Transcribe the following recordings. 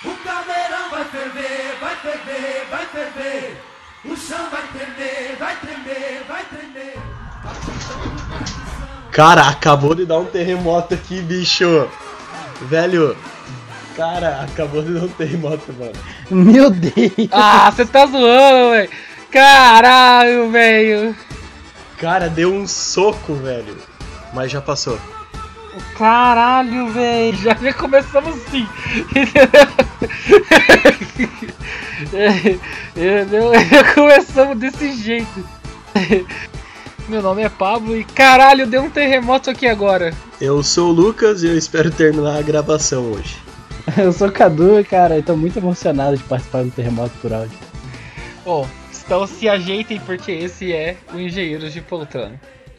O caldeirão vai ferver, vai ferver, vai ferver. O chão vai tremer, vai tremer, vai tremer. Cara, acabou de dar um terremoto aqui, bicho. Velho, cara, acabou de dar um terremoto, mano. Meu Deus! Ah, você tá zoando, velho! Caralho, velho! Cara, deu um soco, velho. Mas já passou. Caralho, velho! Já começamos assim! Já começamos desse jeito! Meu nome é Pablo e caralho, deu um terremoto aqui agora! Eu sou o Lucas e eu espero terminar a gravação hoje. Eu sou o Cadu, cara, e tô muito emocionado de participar do terremoto por áudio. Bom, então se ajeitem porque esse é o Engenheiros de Poltrona.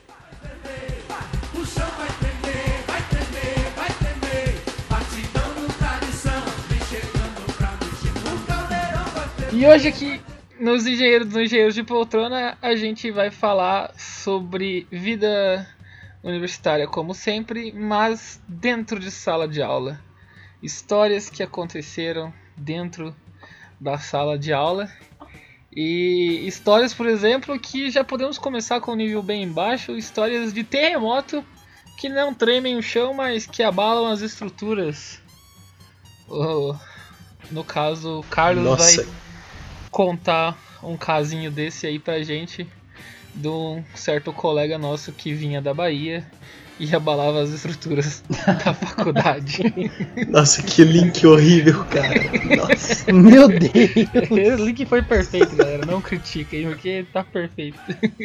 O chão vai tremer, vai tremer, vai tremer. Batidão no tradição, vem chegando pra mexer. O caldeirão vai ferver. E hoje aqui nos Engenheiros de Poltrona a gente vai falar sobre vida universitária como sempre, mas dentro de sala de aula. Histórias que aconteceram dentro da sala de aula. E histórias, por exemplo, que já podemos começar com um nível bem baixo. Histórias de terremoto que não tremem o chão, mas que abalam as estruturas. No caso, o Carlos vai contar um casinho desse aí pra gente, de um certo colega nosso que vinha da Bahia e abalava as estruturas da faculdade. Nossa, que link horrível, cara. Nossa. Meu Deus! Esse link foi perfeito, galera. Não critiquem, porque tá perfeito.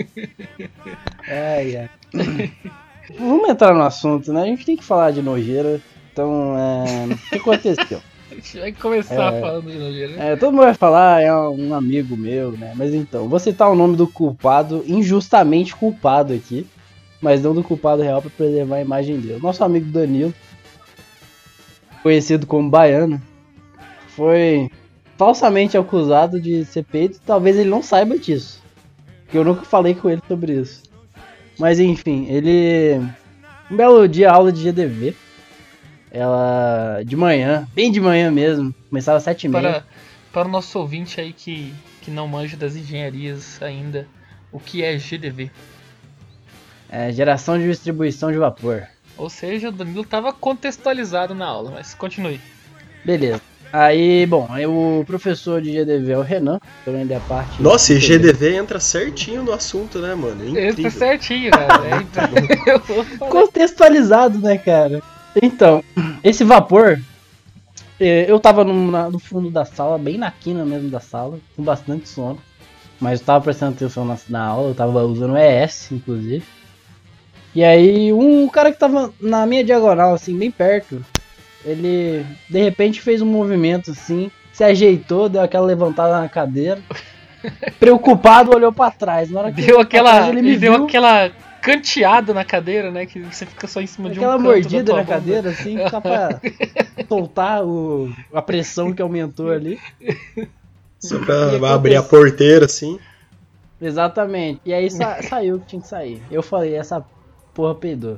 Ai, ai. Vamos entrar no assunto, né? A gente tem que falar de nojeira. Então, o que aconteceu? A gente vai começar falando de nojeira. Todo mundo vai falar, é um amigo meu, né? Mas então, vou citar o nome do culpado, injustamente culpado aqui. Mas não do culpado real para preservar a imagem dele. Nosso amigo Danilo, conhecido como Baiano, foi falsamente acusado de ser peito. Talvez ele não saiba disso, porque eu nunca falei com ele sobre isso. Mas enfim, ele... Um belo dia, aula de GDV. Ela, de manhã, bem de manhã mesmo, começava às 7h30. Para o nosso ouvinte aí que não manja das engenharias ainda, o que é GDV? Geração de distribuição de vapor. Ou seja, o Danilo estava contextualizado na aula, mas continue. Beleza. Aí, bom, aí o professor de GDV é o Renan, também da parte... Nossa, e GDV entra certinho no assunto, né, mano? Incrível. Entra certinho, cara. Contextualizado, né, cara? Então, esse vapor, eu tava no fundo da sala, bem na quina mesmo da sala, com bastante sono. Mas eu tava prestando atenção na aula, eu tava usando o ES, inclusive. E aí, um cara que tava na minha diagonal, assim, bem perto, ele, de repente, fez um movimento, assim, se ajeitou, deu aquela levantada na cadeira, preocupado, olhou pra trás. Na hora que deu viu, aquela canteada na cadeira, né, que você fica só em cima de um canto. Aquela mordida na cadeira, assim, só pra soltar a pressão que aumentou ali. Só pra abrir a porteira, assim. Exatamente. E aí saiu o que tinha que sair. Eu falei, essa porra peidou.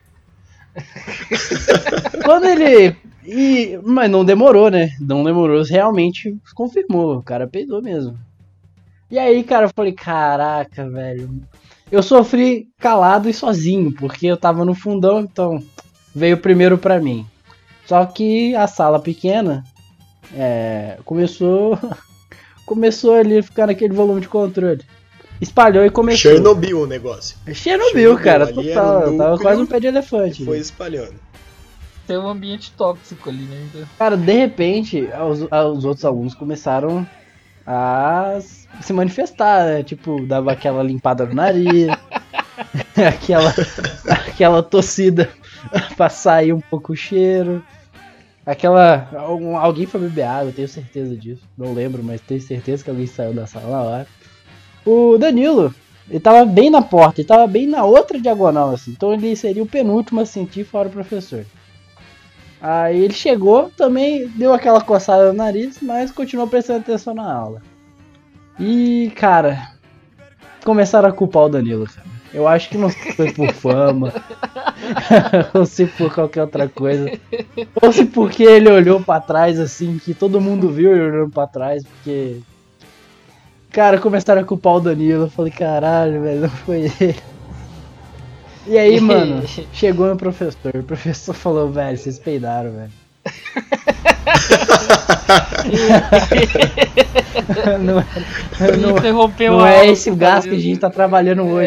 Quando ele... Mas não demorou, né? Não demorou, realmente confirmou. O cara peidou mesmo. E aí, cara, eu falei, caraca, velho. Eu sofri calado e sozinho, porque eu tava no fundão, então veio primeiro pra mim. Só que a sala pequena começou ali a ficar naquele volume de controle. Espalhou e começou. Chernobyl o negócio. Chernobyl, cara, total. Tava quase um pé de elefante. Foi espalhando. Tem um ambiente tóxico ali, né? Então... Cara, de repente, os outros alunos começaram a se manifestar, né? Tipo, dava aquela limpada no nariz, aquela tossida pra sair um pouco o cheiro. Alguém foi beber água, eu tenho certeza disso. Não lembro, mas tenho certeza que alguém saiu da sala na hora. O Danilo, ele tava bem na porta, ele tava bem na outra diagonal, assim. Então ele seria o penúltimo a sentir fora o professor. Aí ele chegou, também deu aquela coçada no nariz, mas continuou prestando atenção na aula. E, cara, começaram a culpar o Danilo, cara. Eu acho que não foi por fama. ou se por qualquer outra coisa. Ou se porque ele olhou pra trás assim, que todo mundo viu ele olhando pra trás, porque... Cara, começaram a culpar o Danilo. Eu falei, caralho, velho, não foi ele. E aí, mano, chegou meu professor. O professor falou, velho, vocês peidaram, velho. Não é esse o gás que a gente tá trabalhando hoje.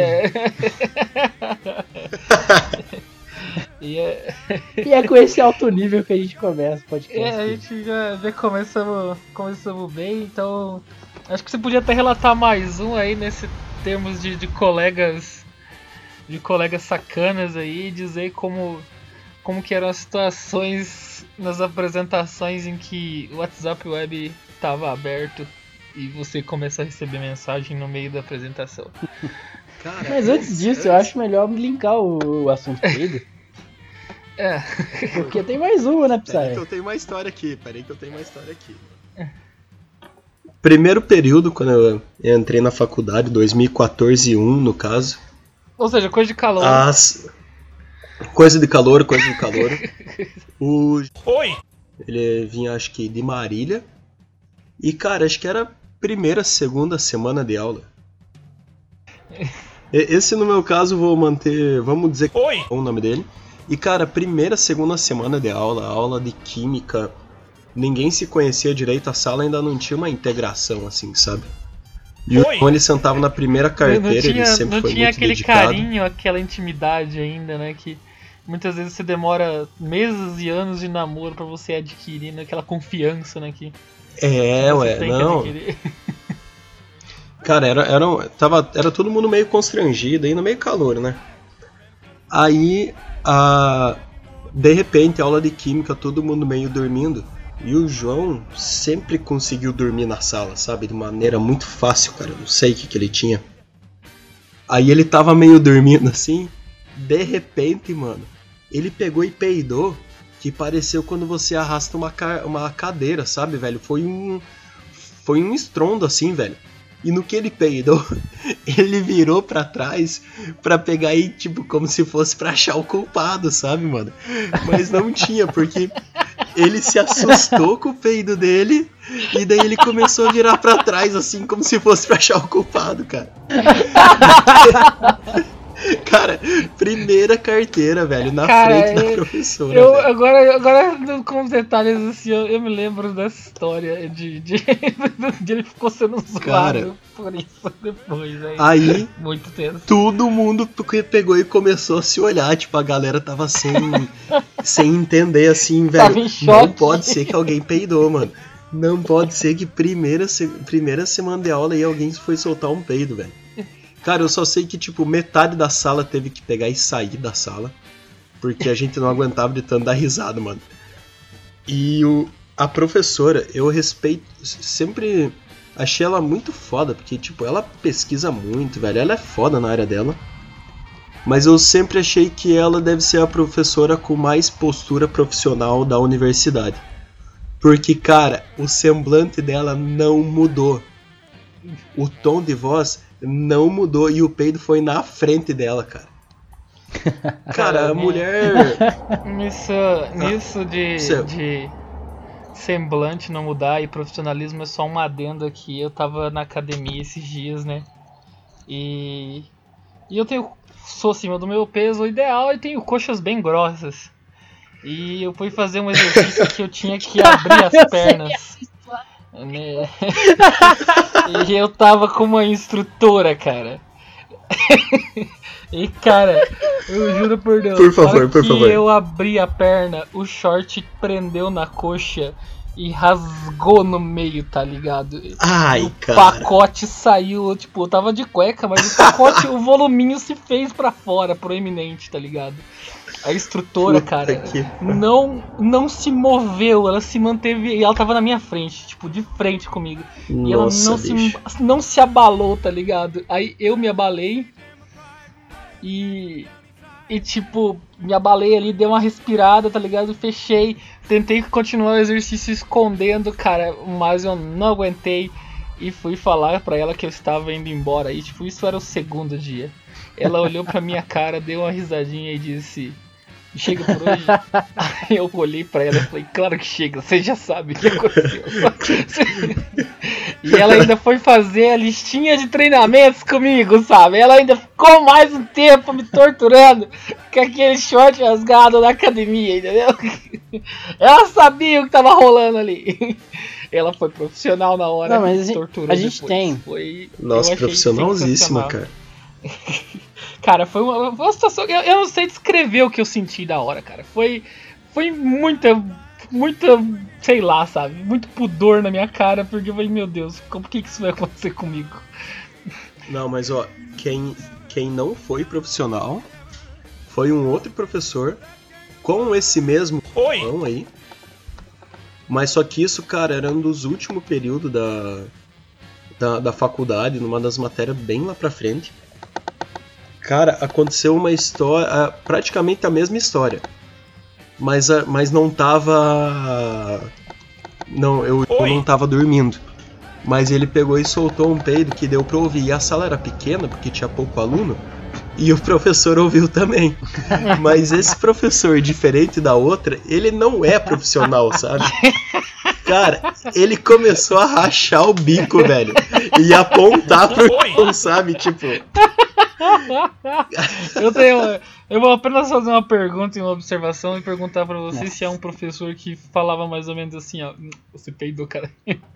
E é com esse alto nível que a gente começa o podcast. A gente já começamos bem, então acho que você podia até relatar mais um aí nesse termos de colegas sacanas aí, dizer como que eram as situações nas apresentações em que o WhatsApp Web estava aberto e você começa a receber mensagem no meio da apresentação. Cara, mas antes disso, eu acho melhor linkar o assunto peido. Porque tem mais uma, né, Psy? Peraí que eu tenho uma história aqui. Primeiro período, quando eu entrei na faculdade, 2014-1 no caso. Ou seja, coisa de calor. Coisa de calor. Oi! Ele vinha, acho que, de Marília. E, cara, acho que era primeira, segunda semana de aula. Esse, no meu caso, vamos dizer que é o nome dele. E, cara, primeira, segunda semana de aula de química, ninguém se conhecia direito, a sala ainda não tinha uma integração, assim, sabe? E o João, ele sentava na primeira carteira, ele sempre foi muito dedicado. Não tinha aquele carinho, aquela intimidade ainda, né, que muitas vezes você demora meses e anos de namoro pra você adquirir, né, aquela confiança, né, que não... Cara, era todo mundo meio constrangido, ainda meio calor, né? Aí, de repente, aula de química, todo mundo meio dormindo. E o João sempre conseguiu dormir na sala, sabe? De maneira muito fácil, cara. Eu não sei o que ele tinha. Aí ele tava meio dormindo assim. De repente, mano, ele pegou e peidou. Que pareceu quando você arrasta uma cadeira, sabe, velho? Foi um estrondo assim, velho. E no que ele peidou, ele virou pra trás pra pegar e, tipo, como se fosse pra achar o culpado, sabe, mano? Mas não tinha, porque ele se assustou com o peido dele e daí ele começou a virar pra trás, assim, como se fosse pra achar o culpado, cara. Cara, primeira carteira, velho, na frente da professora. Agora, com os detalhes assim, eu me lembro dessa história de ele ficou sendo zoado, cara, por isso depois. Aí muito tenso. Todo mundo pegou e começou a se olhar, tipo, a galera tava sem entender, assim, velho. Não pode ser que alguém peidou, mano. Não pode ser que primeira semana de aula aí alguém foi soltar um peido, velho. Cara, eu só sei que, tipo, metade da sala teve que pegar e sair da sala. Porque a gente não aguentava de tanto dar risada, mano. E a professora, eu respeito, sempre achei ela muito foda. Porque, tipo, ela pesquisa muito, velho. Ela é foda na área dela. Mas eu sempre achei que ela deve ser a professora com mais postura profissional da universidade. Porque, cara, o semblante dela não mudou. O tom de voz não mudou e o peido foi na frente dela, cara. Cara, a mulher... Nisso de semblante não mudar e profissionalismo é só um adendo aqui. Eu tava na academia esses dias, né? E eu sou acima do meu peso ideal e tenho coxas bem grossas. E eu fui fazer um exercício que eu tinha que abrir as pernas. Né? E eu tava com uma instrutora, cara. E, cara, eu juro por Deus, por favor. Eu abri a perna, o short prendeu na coxa e rasgou no meio, tá ligado? Ai, o cara. Pacote saiu, tipo, eu tava de cueca, mas o pacote, o voluminho se fez pra fora, proeminente, tá ligado? A instrutora, cara, não se moveu, ela se manteve, e ela tava na minha frente, tipo, de frente comigo. E ela não se abalou, tá ligado? Aí eu me abalei e tipo, me abalei ali, dei uma respirada, tá ligado? Fechei, tentei continuar o exercício escondendo, cara, mas eu não aguentei e fui falar pra ela que eu estava indo embora. E tipo, isso era o segundo dia. Ela olhou pra minha cara, deu uma risadinha e disse: Chega por hoje. Aí eu olhei pra ela e falei, claro que chega, você já sabe o que aconteceu. E ela ainda foi fazer a listinha de treinamentos comigo, sabe? Ela ainda ficou mais um tempo me torturando com aquele short rasgado na academia, entendeu? Ela sabia o que tava rolando ali. Ela foi profissional na hora. Não, mas torturou a gente depois. tem. Nossa, profissionalzíssima, cara. Cara, foi uma situação. Eu não sei descrever o que eu senti da hora, cara. Foi muita, sei lá, sabe? Muito pudor na minha cara, porque eu falei, meu Deus, por que isso vai acontecer comigo? Não, mas ó, quem não foi profissional foi um outro professor com esse mesmo pão aí. Mas só que isso, cara, era um dos últimos períodos da faculdade, numa das matérias bem lá pra frente. Cara, aconteceu uma história, praticamente a mesma história. Mas não tava... Não, eu não tava dormindo. Mas ele pegou e soltou um peido que deu pra ouvir. E a sala era pequena, porque tinha pouco aluno. E o professor ouviu também. Mas esse professor, diferente da outra, ele não é profissional, sabe? Cara, ele começou a rachar o bico, velho. E apontar pro chão, sabe? Tipo... Eu vou apenas fazer uma pergunta e uma observação e perguntar pra você se é um professor que falava mais ou menos assim, ó. Você peidou, cara.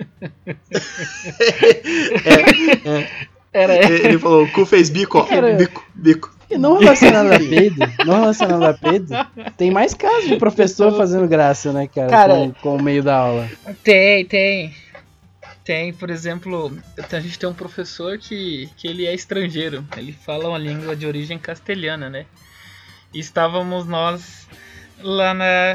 Ele falou, o cu fez bico, ó. Bico. E não relacionado a peido, tem mais casos de professor fazendo graça, né, cara com o meio da aula. Tem, por exemplo, a gente tem um professor que ele é estrangeiro, ele fala uma língua de origem castelhana, né? E estávamos nós lá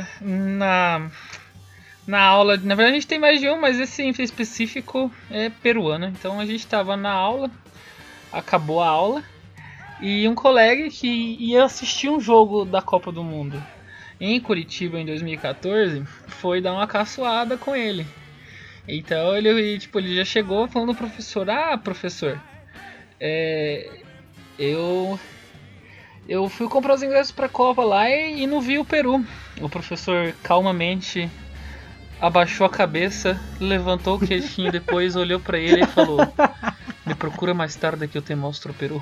na aula, na verdade a gente tem mais de um, mas esse em específico é peruano. Então a gente estava na aula, acabou a aula, e um colega que ia assistir um jogo da Copa do Mundo em Curitiba em 2014 foi dar uma caçoada com ele. Então ele já chegou falando pro professor, professor, eu fui comprar os ingressos pra Copa lá e não vi o Peru. O professor calmamente abaixou a cabeça, levantou o queixinho, depois olhou pra ele e falou, me procura mais tarde que eu te mostro o Peru.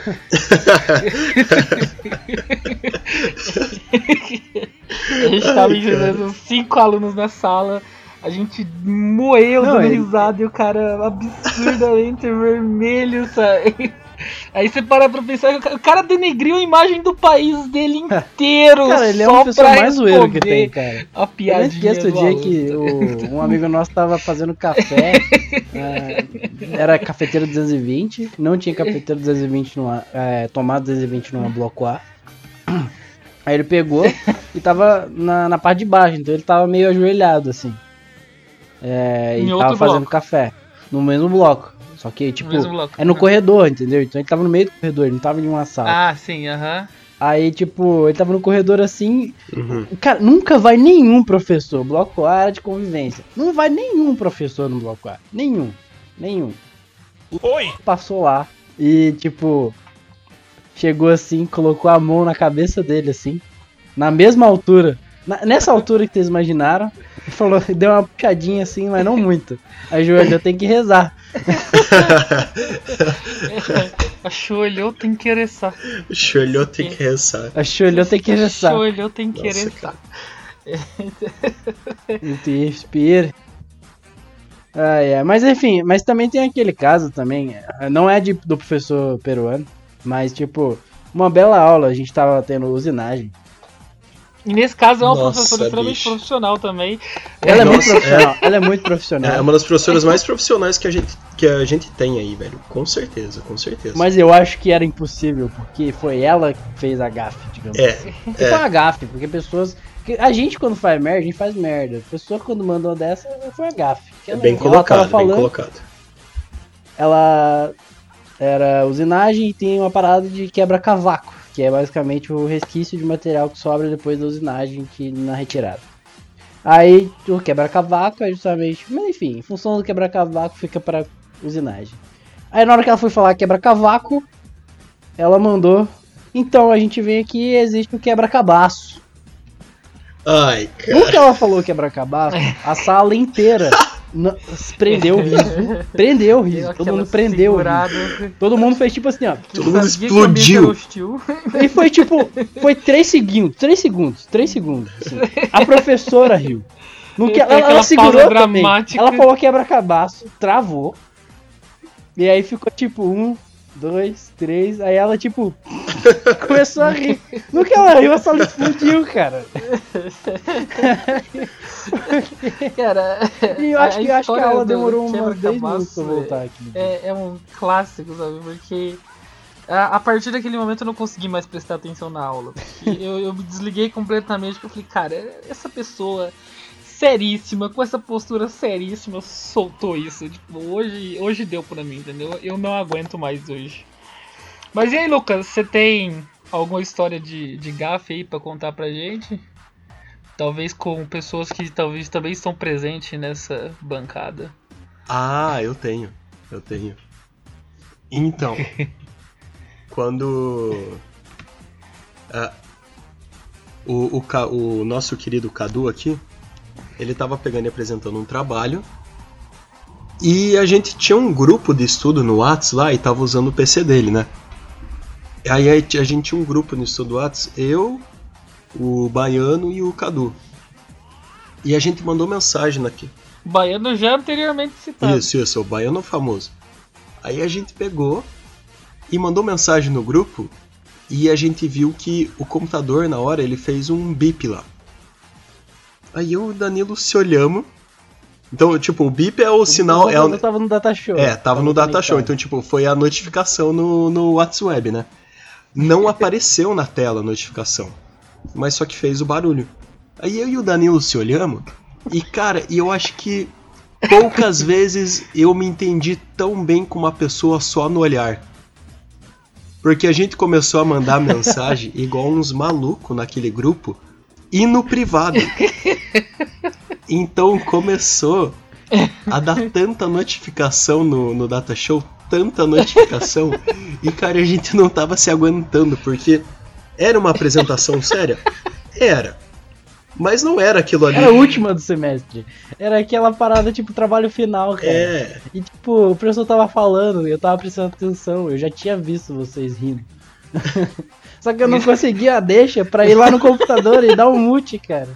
A gente tava ensinando 5 alunos na sala. A gente moeu dando risada e o cara absurdamente vermelho, sabe? Aí você para pra pensar que o cara denegriu a imagem do país dele inteiro. Cara, ele é só o professor mais zoeiro que tem, cara. A piadinha. Eu esqueço o dia que um amigo nosso tava fazendo café. Era cafeteira 220. Não tinha cafeteira 220 tomada 220 numa bloco A. Aí ele pegou e tava na parte de baixo, então ele tava meio ajoelhado assim. E tava fazendo café no mesmo bloco. Só que, tipo, no corredor, entendeu? Então ele tava no meio do corredor, ele não tava em uma sala. Ah, sim, aham. Aí, tipo, ele tava no corredor assim. Cara, nunca vai nenhum professor. Bloco A era de convivência. Não vai nenhum professor no bloco A. Nenhum. Passou lá e, tipo, chegou assim, colocou a mão na cabeça dele, assim, na mesma altura. Nessa altura que vocês imaginaram, e falou, deu uma puxadinha assim, mas não muito. Ajoelhou, tem que rezar. Ajoelhou, tem que rezar. Ajoelhou, tem que rezar. Ajoelhou, tem que rezar. Ajoelhou, tem que rezar. Inspire. Mas enfim, mas também tem aquele caso também, não é do professor peruano, mas tipo, uma bela aula, a gente tava tendo usinagem. E nesse caso é uma professora extremamente profissional também. Ela é muito profissional. É uma das professoras mais profissionais que a gente tem aí, velho. Com certeza. Mas eu acho que era impossível, porque foi ela que fez a gafe, digamos assim. Foi uma gafe, porque pessoas... A gente quando faz merda, a gente faz merda. A pessoa quando mandou dessa, foi a gafe. Bem colocado. Ela era usinagem e tem uma parada de quebra-cavaco, que é basicamente o resquício de material que sobra depois da usinagem na retirada. Aí o quebra-cavaco é justamente... Mas enfim, em função do quebra-cavaco fica para usinagem. Aí na hora que ela foi falar quebra-cavaco, ela mandou... Então, a gente vem aqui e existe o quebra-cabaço. Ai, cara. No que ela falou quebra-cabaço, a sala inteira prendeu o riso. Prendeu o riso. Todo mundo prendeu o riso. Todo mundo fez tipo assim, ó. Todo mundo explodiu. E foi tipo, foi 3 segundos. Assim. A professora riu. No que ela segurou também. Ela falou quebra-cabaço, travou. E aí ficou tipo 1, 2, 3. Aí ela tipo começou a rir. No que ela riu, a sala explodiu, cara. Cara, e eu acho que a aula demorou uns 10 minutos pra voltar aqui. É um clássico, sabe? Porque a partir daquele momento eu não consegui mais prestar atenção na aula. Eu me desliguei completamente, porque eu falei, cara, essa pessoa seríssima, com essa postura seríssima, soltou isso. Tipo, hoje deu pra mim, entendeu? Eu não aguento mais hoje. Mas e aí, Lucas, você tem alguma história de gafe aí pra contar pra gente? Talvez com pessoas que talvez também estão presentes nessa bancada. Ah, eu tenho. Então, quando o nosso querido Cadu aqui, ele tava pegando e apresentando um trabalho, e a gente tinha um grupo de estudo no Whats lá e tava usando o PC dele, né? Aí a gente tinha um grupo no estudo Whats, eu, o Baiano e o Cadu. E a gente mandou mensagem aqui. Baiano já anteriormente citado. Isso, o Baiano famoso. Aí a gente pegou e mandou mensagem no grupo, e a gente viu que o computador na hora ele fez um bip lá. Aí eu e o Danilo se olhamos. Então, tipo, o bip é o sinal... Eu tava no Datashow. Tava no Datashow. Então, tipo, foi a notificação no WhatsApp, né? Não apareceu na tela a notificação, mas só que fez o barulho. Aí eu e o Danilo se olhamos, e cara, eu acho que poucas vezes eu me entendi tão bem com uma pessoa só no olhar. Porque a gente começou a mandar mensagem igual uns malucos naquele grupo, e no privado. Então começou a dar tanta notificação no Datashow, tanta notificação, e cara, a gente não tava se aguentando, porque era uma apresentação séria? Era. Mas não era aquilo ali. Era a última do semestre. Era aquela parada, tipo, trabalho final, cara. É. E, tipo, o professor tava falando, eu tava prestando atenção, eu já tinha visto vocês rindo. Só que eu não conseguia a deixa pra ir lá no computador e dar um mute, cara.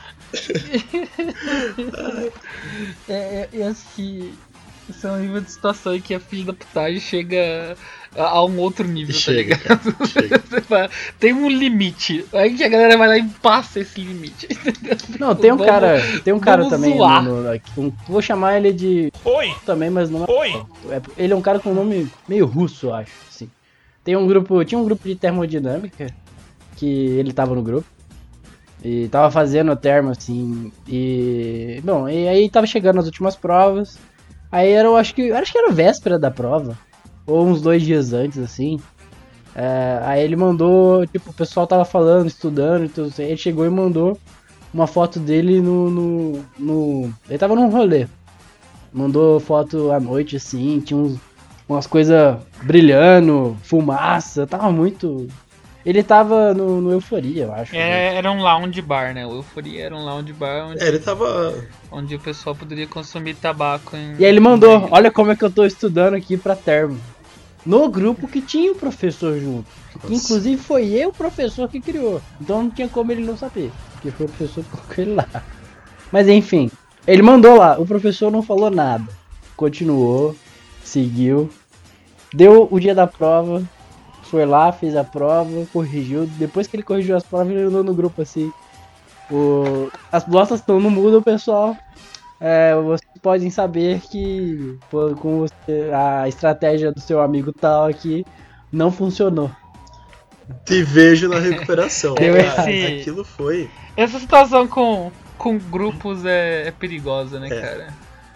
Eu acho que isso é um nível de situação em que a filha da putagem chega a um outro nível, chega, tá ligado? Chega. Tem um limite, aí que a galera vai lá e passa esse limite, entendeu? Não, tem um cara também, vou chamar ele de... Oi! Também, mas não Oi! Ele é um cara com um nome meio russo, eu acho, assim. Tinha um grupo de termodinâmica, que ele tava no grupo, e tava fazendo termo, assim, e... Bom, e aí tava chegando as últimas provas, aí acho que era véspera da prova, ou uns 2 dias antes, assim. Aí ele mandou, tipo, o pessoal tava falando, estudando, então ele chegou e mandou uma foto dele ele tava num rolê. Mandou foto à noite, assim, tinha umas coisas brilhando, fumaça, tava muito... Ele tava no Euforia, eu acho. Era um lounge bar, né? O Euforia era um lounge bar onde... ele tava... Onde o pessoal poderia consumir tabaco. E aí ele mandou, olha como é que eu tô estudando aqui pra termo. No grupo que tinha o professor junto. Que, inclusive foi eu o professor que criou. Então não tinha como ele não saber. Porque foi o professor que colocou ele lá. Mas enfim, ele mandou lá. O professor não falou nada. Continuou, seguiu. Deu o dia da prova. Foi lá, fez a prova, corrigiu. Depois que ele corrigiu as provas, ele mandou no grupo assim. As notas estão no mudo, pessoal. Vocês podem saber que com a estratégia do seu amigo tal aqui não funcionou. Te vejo na recuperação. Aquilo foi. Essa situação com grupos é perigosa, né, cara?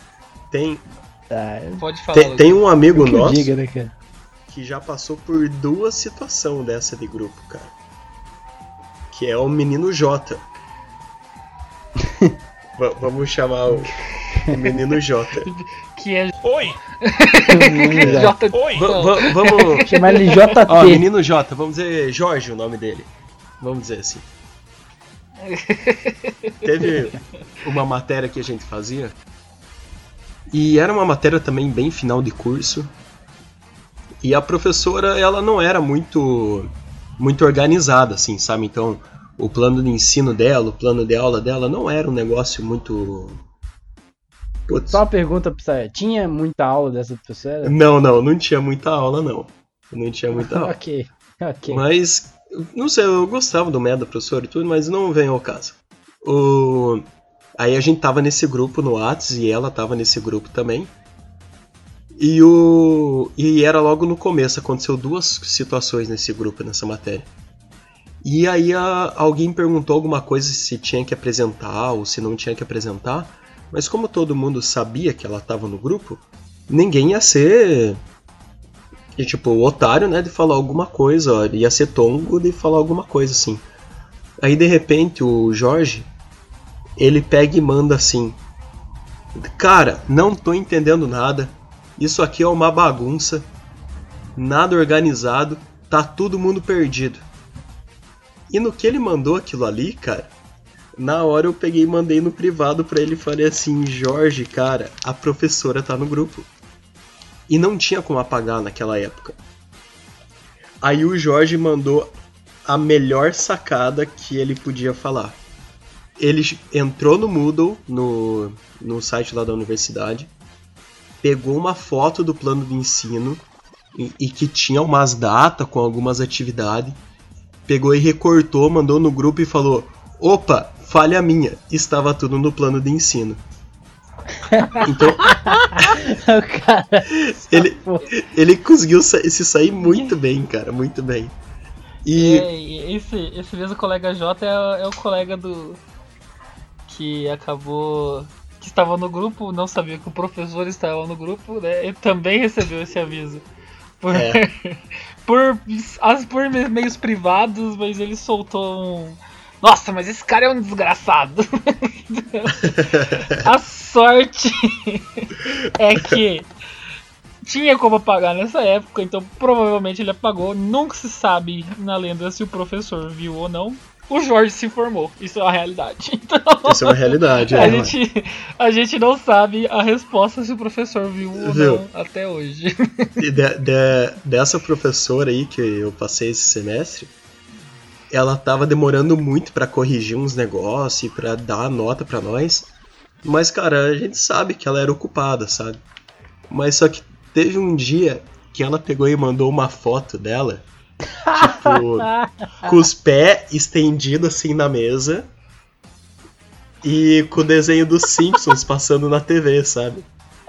Pode falar. Tem um amigo nosso diga, né, cara? Que já passou por 2 situações dessa de grupo, cara. Que é o menino J. Vamos chamar o menino J. Que é... Oi! J. Oi! Vamos chamar ele JT. Menino J, vamos dizer Jorge o nome dele. Vamos dizer assim. Teve uma matéria que a gente fazia, e era uma matéria também bem final de curso, e a professora, ela não era muito organizada, assim, sabe? Então, o plano de ensino dela, o plano de aula dela não era um negócio muito... Putz. Só uma pergunta pra você, tinha muita aula dessa professora? Não tinha muita aula, não. Não tinha muita aula. Ok. Mas, não sei, eu gostava do método da professora e tudo, mas não vem ao caso. Aí a gente tava nesse grupo no Whats e ela tava nesse grupo também. E era logo no começo, aconteceu 2 situações nesse grupo, nessa matéria. E aí alguém perguntou alguma coisa se tinha que apresentar ou se não tinha que apresentar. Mas como todo mundo sabia que ela estava no grupo, ninguém ia ser... E, tipo, otário, né, de falar alguma coisa, ó, ia ser tongo de falar alguma coisa, assim. Aí, de repente, o Jorge, ele pega e manda assim: cara, não tô entendendo nada, isso aqui é uma bagunça, nada organizado, tá todo mundo perdido. E no que ele mandou aquilo ali, cara, na hora eu peguei e mandei no privado pra ele e falei assim: Jorge, cara, a professora tá no grupo. E não tinha como apagar naquela época. Aí o Jorge mandou a melhor sacada que ele podia falar. Ele entrou no Moodle, no site lá da universidade, pegou uma foto do plano de ensino e que tinha umas datas com algumas atividades, pegou e recortou, mandou no grupo e falou: opa, falha minha, estava tudo no plano de ensino. Então, ele conseguiu se sair muito bem, cara, muito bem. E esse mesmo colega J é o colega do que acabou, que estava no grupo, não sabia que o professor estava no grupo, né? E também recebeu esse aviso por meios privados, mas ele soltou um: nossa, mas esse cara é um desgraçado. A sorte é que tinha como apagar nessa época, então provavelmente ele apagou. Nunca se sabe na lenda se o professor viu ou não. O Jorge se informou, isso é uma realidade. Então, isso é uma realidade, a gente não sabe a resposta se o professor viu ou não até hoje. E dessa professora aí que eu passei esse semestre, ela tava demorando muito pra corrigir uns negócios e pra dar a nota pra nós. Mas, cara, a gente sabe que ela era ocupada, sabe? Mas só que teve um dia que ela pegou e mandou uma foto dela, tipo, com os pés estendidos assim na mesa e com o desenho dos Simpsons passando na TV, sabe?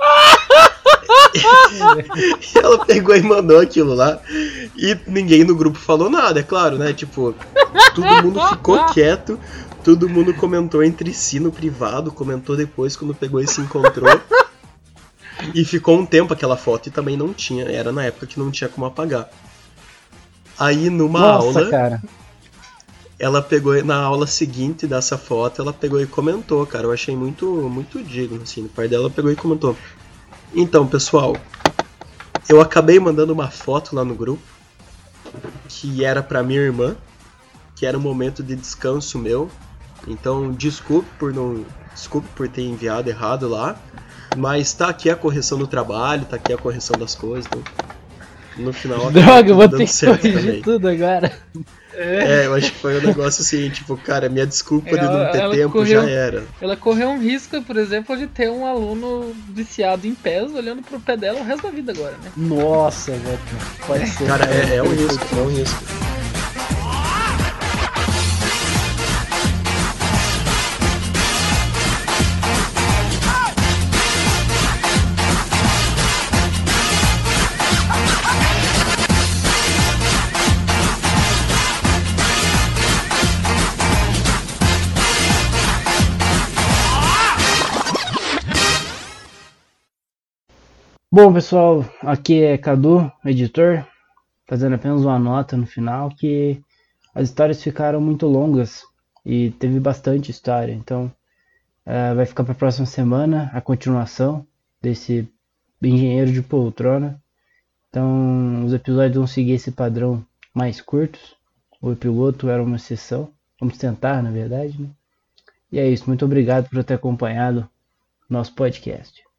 E ela pegou e mandou aquilo lá e ninguém no grupo falou nada, é claro, né? Tipo, todo mundo ficou quieto, todo mundo comentou entre si no privado, comentou depois quando pegou e se encontrou. E ficou um tempo aquela foto e também não tinha, era na época que não tinha como apagar. Aí numa aula, cara, ela pegou, na aula seguinte dessa foto, ela pegou e comentou, cara, eu achei muito digno, assim, no par dela, ela pegou e comentou: então, pessoal, eu acabei mandando uma foto lá no grupo, que era pra minha irmã, que era um momento de descanso meu, então desculpe por ter enviado errado lá, mas tá aqui a correção do trabalho, tá aqui a correção das coisas, então, no final... Droga, eu vou ter que corrigir tudo agora. Eu acho que foi um negócio assim, tipo, cara, minha desculpa de não ter tempo já era. Ela correu um risco, por exemplo, de ter um aluno viciado em pés olhando pro pé dela o resto da vida agora, né? Nossa, velho, pode ser. Cara, é um risco. Bom, pessoal, aqui é Cadu, editor, fazendo apenas uma nota no final, que as histórias ficaram muito longas e teve bastante história, então vai ficar para a próxima semana a continuação desse Engenheiro de Poltrona. Então os episódios vão seguir esse padrão mais curtos, o piloto era uma exceção, Vamos tentar, na verdade, né? E é isso. Muito obrigado por ter acompanhado nosso podcast.